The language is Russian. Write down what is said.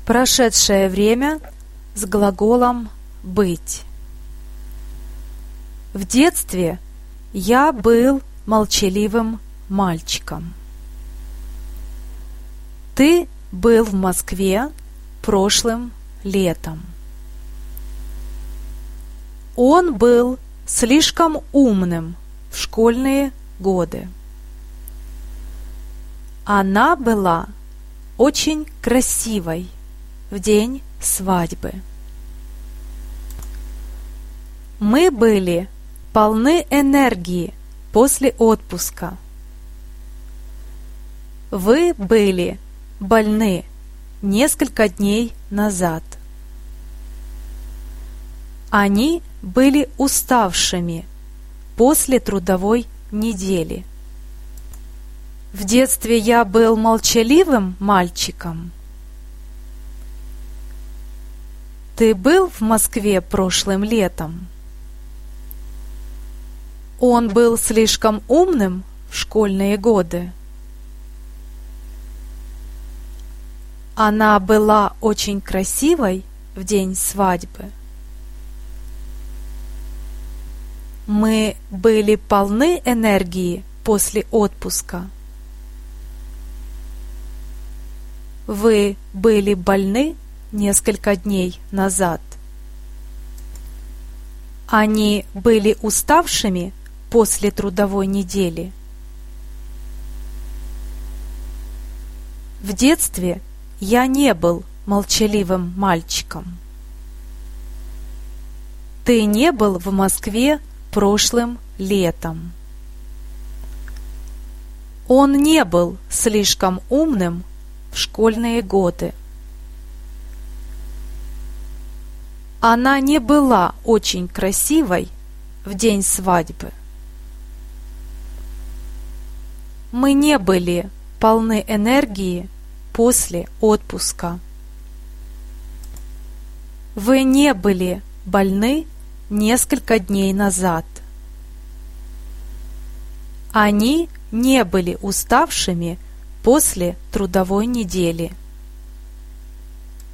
Прошедшее время с глаголом «быть». В детстве я был молчаливым мальчиком. Ты был в Москве прошлым летом. Он был слишком умным в школьные годы. Она была очень красивой в день свадьбы. Мы были полны энергии после отпуска. Вы были больны несколько дней назад. Они были уставшими после трудовой недели. В детстве я был молчаливым мальчиком. Ты был в Москве прошлым летом? Он был слишком умным в школьные годы. Она была очень красивой в день свадьбы. Мы были полны энергии после отпуска. Вы были больны несколько дней назад. Они были уставшими после трудовой недели. В детстве я не был молчаливым мальчиком. Ты не был в Москве прошлым летом. Он не был слишком умным в школьные годы. Она не была очень красивой в день свадьбы. Мы не были полны энергии после отпуска. Вы не были больны несколько дней назад. Они не были уставшими после трудовой недели.